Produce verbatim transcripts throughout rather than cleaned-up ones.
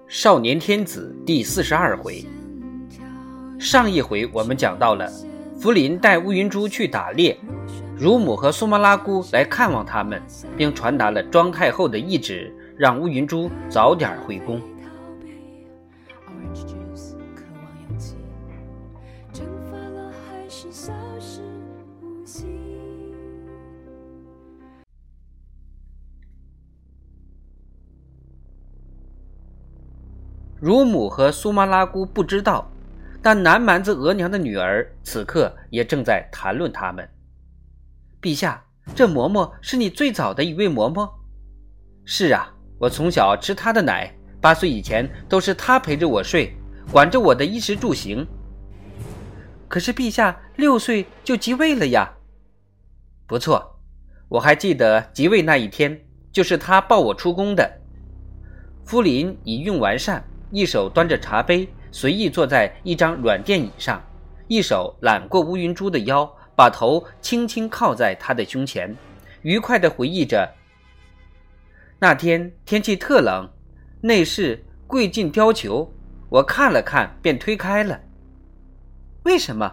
少年天子第四十二回。上一回我们讲到了福临带乌云珠去打猎，乳母和苏麻拉姑来看望他们，并传达了庄太后的懿旨，让乌云珠早点回宫。乳母和苏麻拉姑不知道，但南蛮子额娘的女儿此刻也正在谈论他们。陛下，这嬷嬷是你最早的一位嬷嬷？是啊，我从小吃她的奶，八岁以前都是她陪着我睡，管着我的衣食住行。可是陛下六岁就即位了呀。不错，我还记得即位那一天，就是她抱我出宫的。福临已用完膳，一手端着茶杯，随意坐在一张软垫椅上，一手揽过乌云珠的腰，把头轻轻靠在她的胸前，愉快地回忆着。那天天气特冷，内室跪进貂裘，我看了看便推开了。为什么？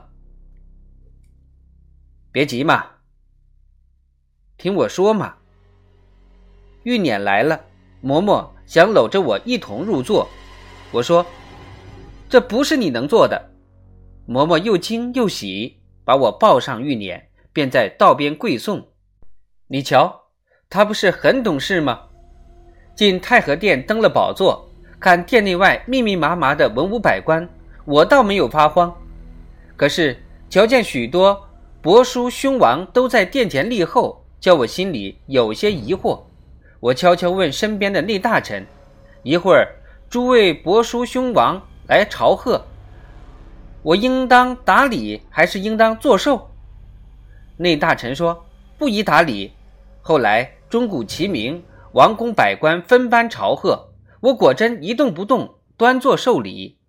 别急嘛，听我说嘛。玉辇来了，嬷嬷想搂着我一同入座，我说这不是你能做的。嬷嬷又惊又喜，把我抱上玉辇，便在道边跪送。你瞧，他不是很懂事吗？进太和殿登了宝座，看殿内外密密麻麻的文武百官，我倒没有发慌。可是瞧见许多伯叔兄王都在殿前立候，叫我心里有些疑惑。我悄悄问身边的内大臣，一会儿诸位伯叔兄王来朝贺，我应当打礼还是应当作寿？内大臣说不宜打礼。后来钟鼓齐鸣，王公百官分班朝贺，我果真一动不动，端坐受礼。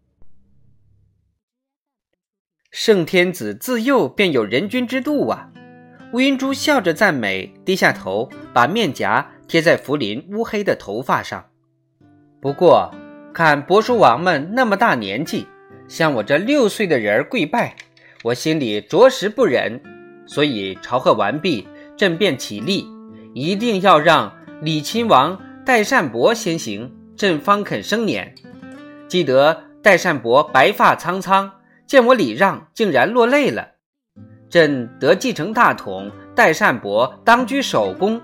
圣天子自幼便有人君之度啊！乌云珠笑着赞美，低下头，把面颊贴在福临乌黑的头发上。不过看伯叔王们那么大年纪，向我这六岁的人跪拜，我心里着实不忍，所以朝贺完毕，朕便起立，一定要让李亲王代善伯先行，朕方肯生辇。记得代善伯白发苍苍，见我礼让，竟然落泪了。朕得继承大统，代善伯当居首功。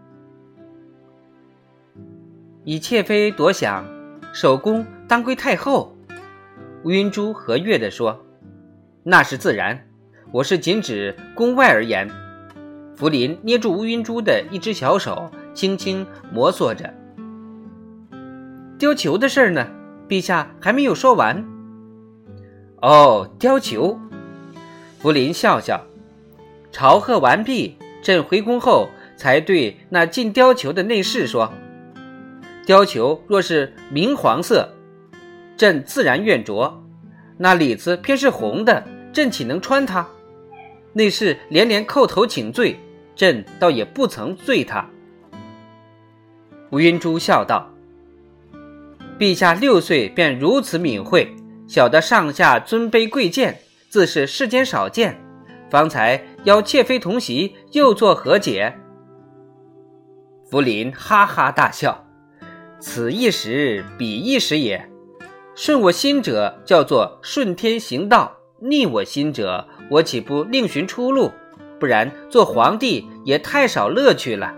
以妾妃多想，首功当归太后。乌云珠和悦地说，那是自然，我是仅指宫外而言。福临捏住乌云珠的一只小手，轻轻摩挲着。貂裘的事呢，陛下还没有说完。哦，貂裘。福临笑笑，朝贺完毕，朕回宫后才对那进貂裘的内侍说，貂裘若是明黄色，朕自然愿着，那里子偏是红的，朕岂能穿它？内侍连连叩头请罪，朕倒也不曾罪他。乌云珠笑道，陛下六岁便如此敏慧，晓得上下尊卑贵贱，自是世间少见，方才邀妾妃同席，又作何解？福临哈哈大笑，此一时彼一时也，顺我心者叫做顺天行道，逆我心者我岂不另寻出路？不然做皇帝也太少乐趣了。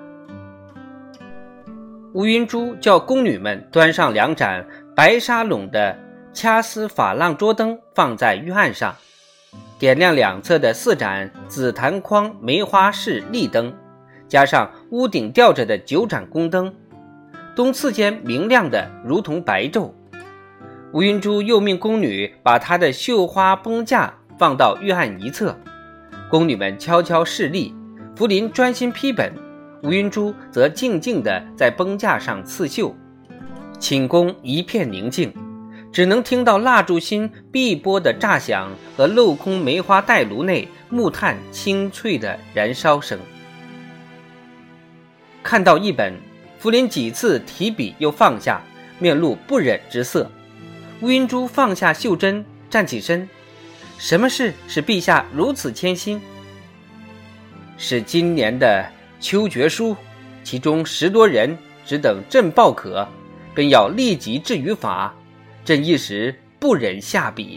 乌云珠叫宫女们端上两盏白纱笼的掐丝珐琅桌灯，放在御案上，点亮两侧的四盏紫檀框梅花式立灯，加上屋顶吊着的九盏宫灯，东次间明亮的如同白昼。乌云珠又命宫女把她的绣花绷架放到御案一侧，宫女们悄悄侍立，福临专心批本，乌云珠则静静地在绷架上刺绣。寝宫一片宁静，只能听到蜡烛芯碧波的炸响和镂空梅花带炉内木炭清脆的燃烧声。看到一本，福临几次提笔又放下， 面露不忍之色。乌云珠放下袖珍，站起身。什么事使陛下如此谦心？是今年的秋决书，其中十多人只等朕报可，便要立即治于法，朕一时不忍下笔。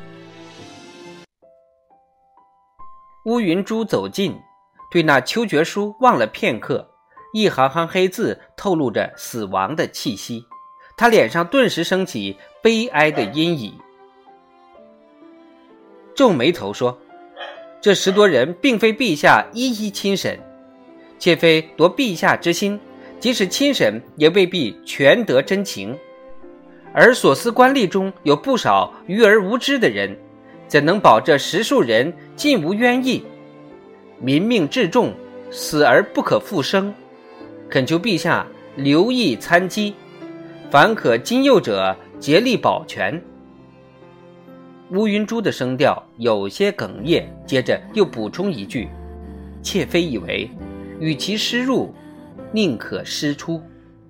乌云珠走近，对那秋决书望了片刻，一行行黑字透露着死亡的气息，他脸上顿时升起悲哀的阴影，皱眉头说，这十多人并非陛下一一亲审，且非夺陛下之心，即使亲审也未必全得真情，而所司官吏中有不少愚而无知的人，怎能保这十数人尽无冤意？民命至重，死而不可复生，恳求陛下留意参稽，凡可今佑者竭力保全。乌云珠的声调有些哽咽，接着又补充一句，妾妃以为与其失入，宁可失出。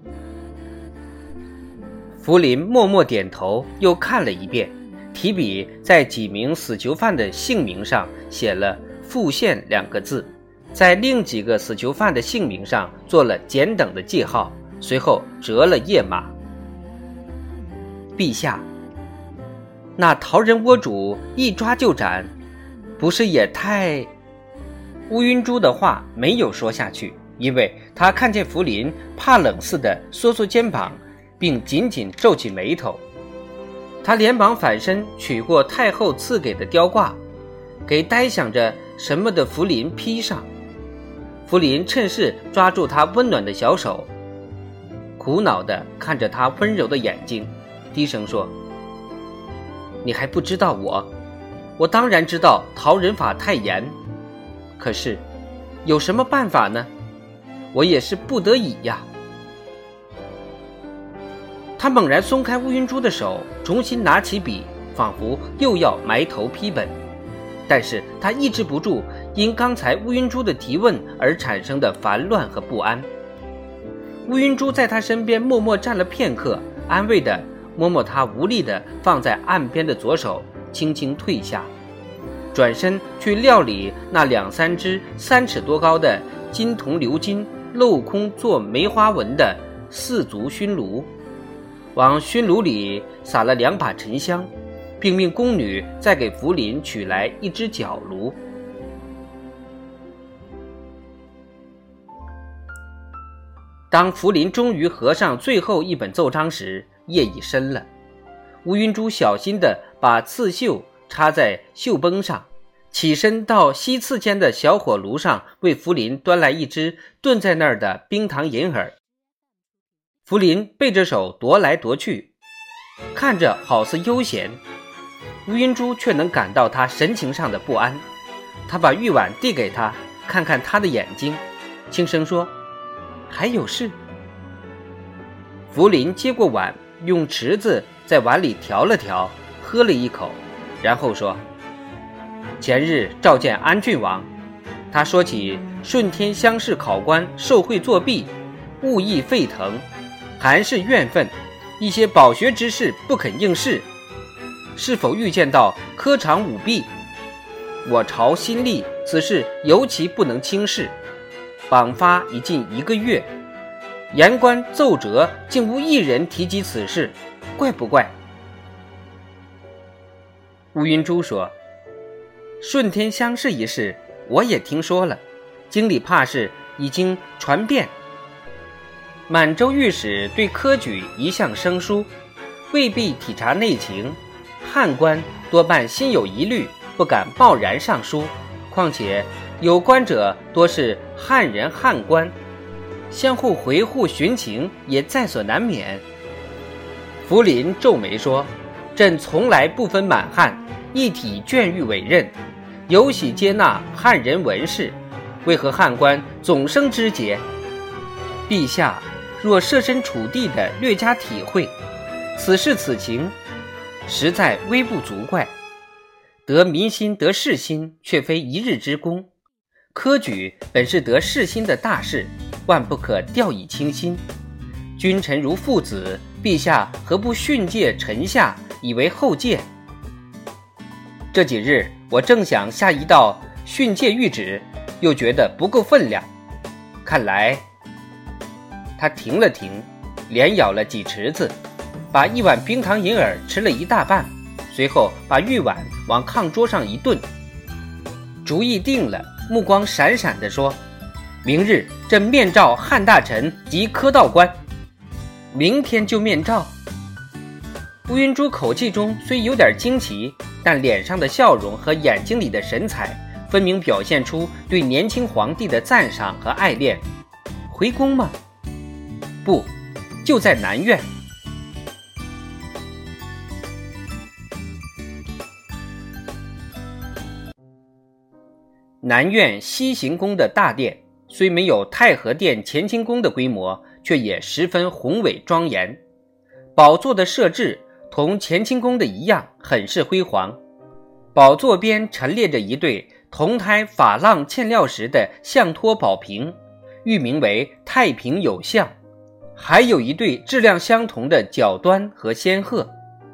福临默默点头，又看了一遍，提笔在几名死囚犯的姓名上写了复宪两个字，在另几个死囚犯的姓名上做了简等的记号，随后折了页码。陛下，那逃人窝主一抓就斩，不是也太……乌云珠的话没有说下去，因为他看见福临怕冷似的缩缩肩膀，并紧紧皱起眉头。他连忙反身取过太后赐给的雕挂，给呆想着什么的福临披上。福临趁势抓住他温暖的小手，苦恼地看着他温柔的眼睛，低声说，你还不知道我，我当然知道逃人法太严，可是有什么办法呢？我也是不得已呀。他猛然松开乌云珠的手，重新拿起笔，仿佛又要埋头批本，但是他抑制不住因刚才乌云珠的提问而产生的烦乱和不安。乌云珠在他身边默默站了片刻，安慰地摸摸他无力地放在岸边的左手，轻轻退下，转身去料理那两三只三尺多高的金铜鎏金镂空做梅花纹的四足熏炉，往熏炉里撒了两把沉香，并命宫女再给福临取来一只角炉。当福临终于合上最后一本奏章时，夜已深了。乌云珠小心地把刺绣插在绣绷上，起身到西次间的小火炉上为福临端来一只炖在那儿的冰糖银耳。福临背着手踱来踱去，看着好似悠闲，乌云珠却能感到他神情上的不安。他把玉碗递给他，看看他的眼睛，轻声说，还有事？福临接过碗，用匙子在碗里调了调，喝了一口，然后说，前日召见安郡王，他说起顺天乡试考官受贿作弊，物议沸腾，韩氏怨愤，一些饱学之士不肯应试，是否预见到科场舞弊？我朝新历此事尤其不能轻视，榜发已近一个月，言官奏折竟无一人提及此事，怪不怪？乌云珠说，顺天乡试一事我也听说了，经理怕是已经传遍。满洲御史对科举一向生疏，未必体察内情，汉官多半心有疑虑，不敢贸然上书，况且有关者多是汉人汉官，相互回护寻情也在所难免。福临皱眉说，朕从来不分满汉，一体眷欲委任，有喜接纳汉人文士，为何汉官总生枝节？陛下若设身处地地略加体会，此事此情实在微不足怪。得民心得士心却非一日之功，科举本是得士心的大事，万不可掉以轻心。君臣如父子， 陛下何不训诫臣下，以为后诫？这几日我正想下一道训诫谕旨，又觉得不够分量，看来……他停了停，连舀了几池子，把一碗冰糖银耳吃了一大半，随后把玉碗往炕桌上一顿。主意定了，目光闪闪地说：明日朕面召汉大臣及科道官。明天就面召？乌云珠口气中虽有点惊奇，但脸上的笑容和眼睛里的神采分明表现出对年轻皇帝的赞赏和爱恋。回宫吗？不，就在南苑。南苑西行宫的大殿虽没有太和殿乾清宫的规模，却也十分宏伟庄严。宝座的设置同乾清宫的一样，很是辉煌。宝座边陈列着一对铜胎珐琅嵌料石的象托宝瓶，誉名为太平有象，还有一对质量相同的角端和仙鹤。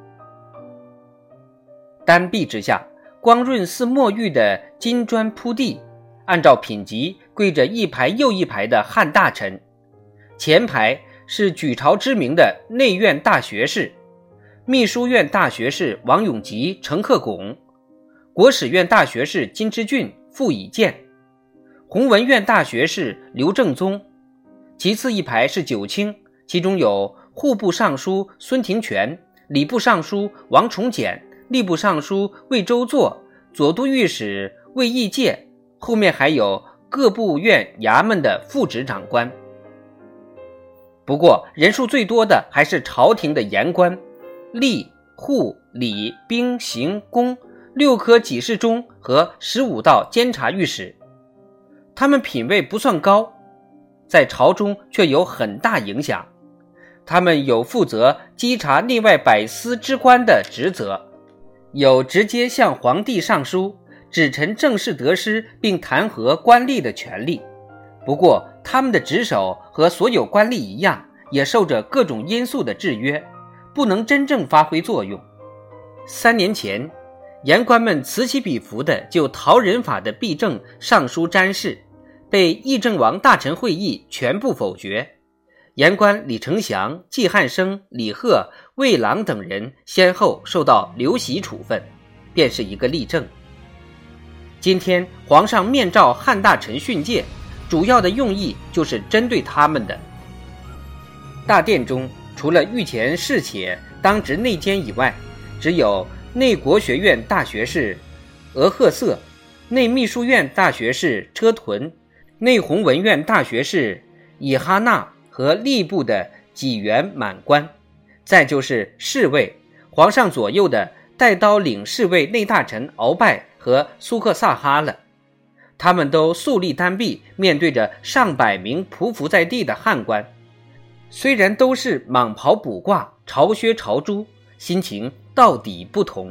单壁之下，光润似墨玉的金砖铺地，按照品级跪着一排又一排的汉大臣。前排是举朝知名的内院大学士，秘书院大学士王永吉、程克拱，国史院大学士金之俊、傅以渐，弘文院大学士刘正宗。其次一排是九卿，其中有户部尚书孙廷权、礼部尚书王崇简、吏部尚书魏周作、左都御史魏义介，后面还有各部院衙门的副职长官。不过人数最多的还是朝廷的言官，吏、户、礼、兵、刑、工六科给事中和十五道监察御史。他们品位不算高，在朝中却有很大影响。他们有负责稽查内外百司之官的职责，有直接向皇帝上书，指陈政事得失并弹劾官吏的权利。不过他们的职守和所有官吏一样，也受着各种因素的制约，不能真正发挥作用。三年前，言官们此起彼伏的就逃人法的弊政上书詹事，被议政王大臣会议全部否决。言官李承祥、季汉生、李贺、魏郎等人先后受到流徙处分，便是一个例证。今天皇上面召汉大臣训诫，主要的用意就是针对他们的。大殿中除了御前侍且当值内监以外，只有内国学院大学士额赫瑟、内秘书院大学士车屯、内弘文院大学士以哈纳和吏部的几员满官，再就是侍卫，皇上左右的带刀领侍卫内大臣鳌拜和苏克萨哈了。他们都肃立单臂，面对着上百名匍匐在地的汉官，虽然都是蟒袍卜褂、朝靴朝珠，心情到底不同。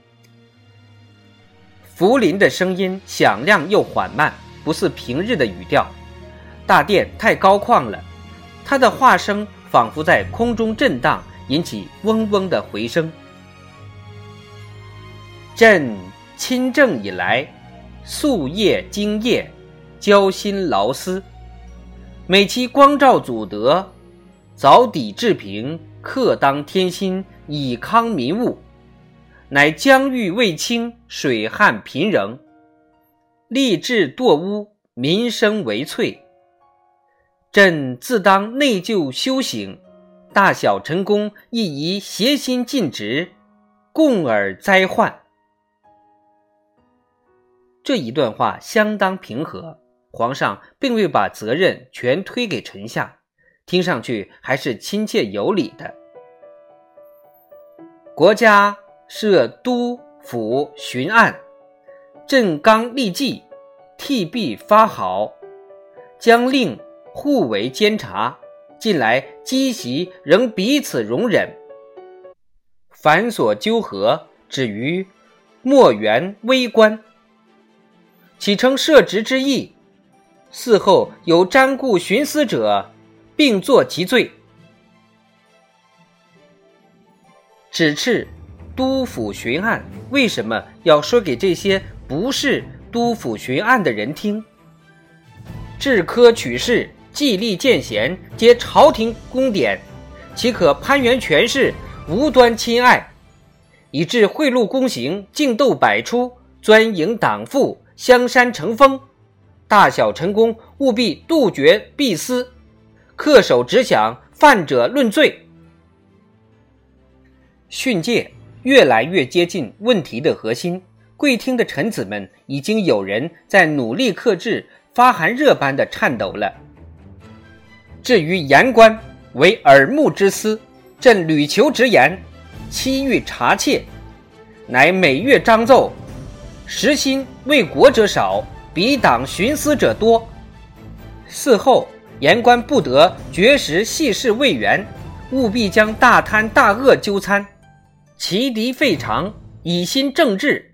福临的声音响亮又缓慢，不似平日的语调。大殿太高旷了，他的话声仿佛在空中震荡，引起嗡嗡的回声。朕亲政以来，夙夜精业，交心劳思，美其光照祖德，早抵治平，克当天心，以康民物，乃疆域未清，水旱贫瘻，吏治堕污，民生为瘁。朕自当内疚修省，大小臣工亦宜协心尽职，共尔灾患。这一段话相当平和，皇上并未把责任全推给臣下，听上去还是亲切有礼的。国家设都府巡按，朕刚立纪，替弊发好，将令互为监察，近来积习仍彼此容忍，繁琐纠合，止于莫原微官，岂称设职之意？嗣后有瞻顾徇私者，并作其罪。 指斥督抚巡按为什么要说给这些不是督抚巡按的人听？治科取士，纪吏谏贤，皆朝廷公典，岂可攀援权势，无端亲爱，以致贿赂公行，竞斗百出，钻营党妇，香山成风？大小臣工务必杜绝弊私，恪守职饷，犯者论罪。训诫越来越接近问题的核心，贵厅的臣子们已经有人在努力克制，发寒热般的颤抖了。至于言官，为耳目之私，朕屡求直言，期欲察切，乃每月章奏，实心为国者少，彼党徇私者多。嗣后言官不得绝食细事未圆，务必将大贪大恶纠参，其敌废长，以心正治。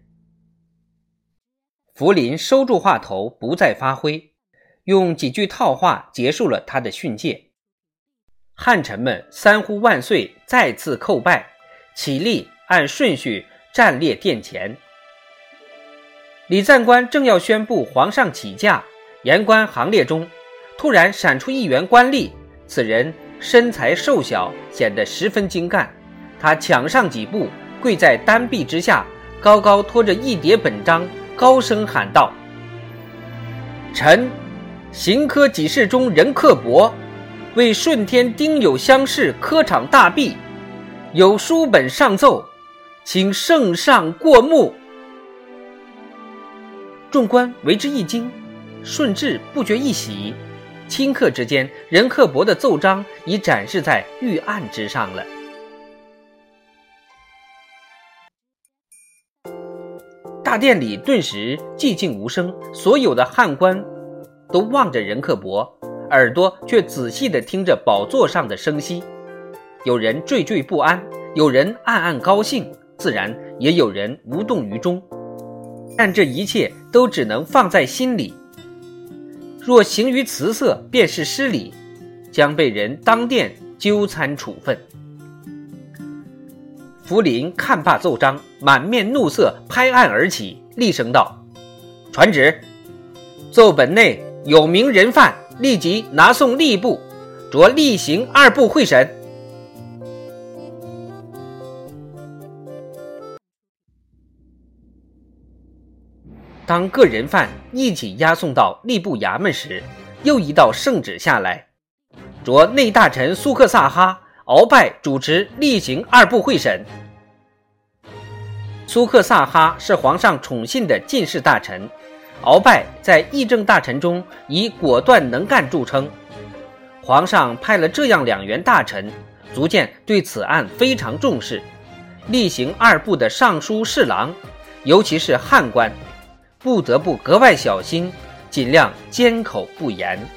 福临收住话头，不再发挥，用几句套话结束了他的训诫。汉臣们三呼万岁，再次叩拜，起立按顺序站列殿前。李赞官正要宣布皇上起驾，言官行列中突然闪出一员官吏，此人身材瘦小，显得十分精干。他抢上几步，跪在单臂之下，高高托着一叠本章，高声喊道：臣刑科给事中任克伯，为顺天丁酉乡试科场大弊，有书本上奏，请圣上过目。众官为之一惊，顺治不觉一喜，顷刻之间，任克伯的奏章已展示在御案之上了。大殿里顿时寂静无声，所有的汉官都望着任克伯，耳朵却仔细地听着宝座上的声息。有人惴惴不安，有人暗暗高兴，自然也有人无动于衷。但这一切都只能放在心里，若行于辞色，便是失礼，将被人当殿纠参处分。福临看罢奏章，满面怒色，拍案而起，厉声道：传旨，奏本内有名人犯，立即拿送吏部，着例行二部会审。当各人犯一起押送到吏部衙门时，又一道圣旨下来，着内大臣苏克萨哈、鳌拜主持例行二部会审。苏克萨哈是皇上宠信的进士大臣，鳌拜在议政大臣中以果断能干著称。皇上派了这样两员大臣，足见对此案非常重视。例行二部的尚书侍郎，尤其是汉官，不得不格外小心，尽量缄口不言。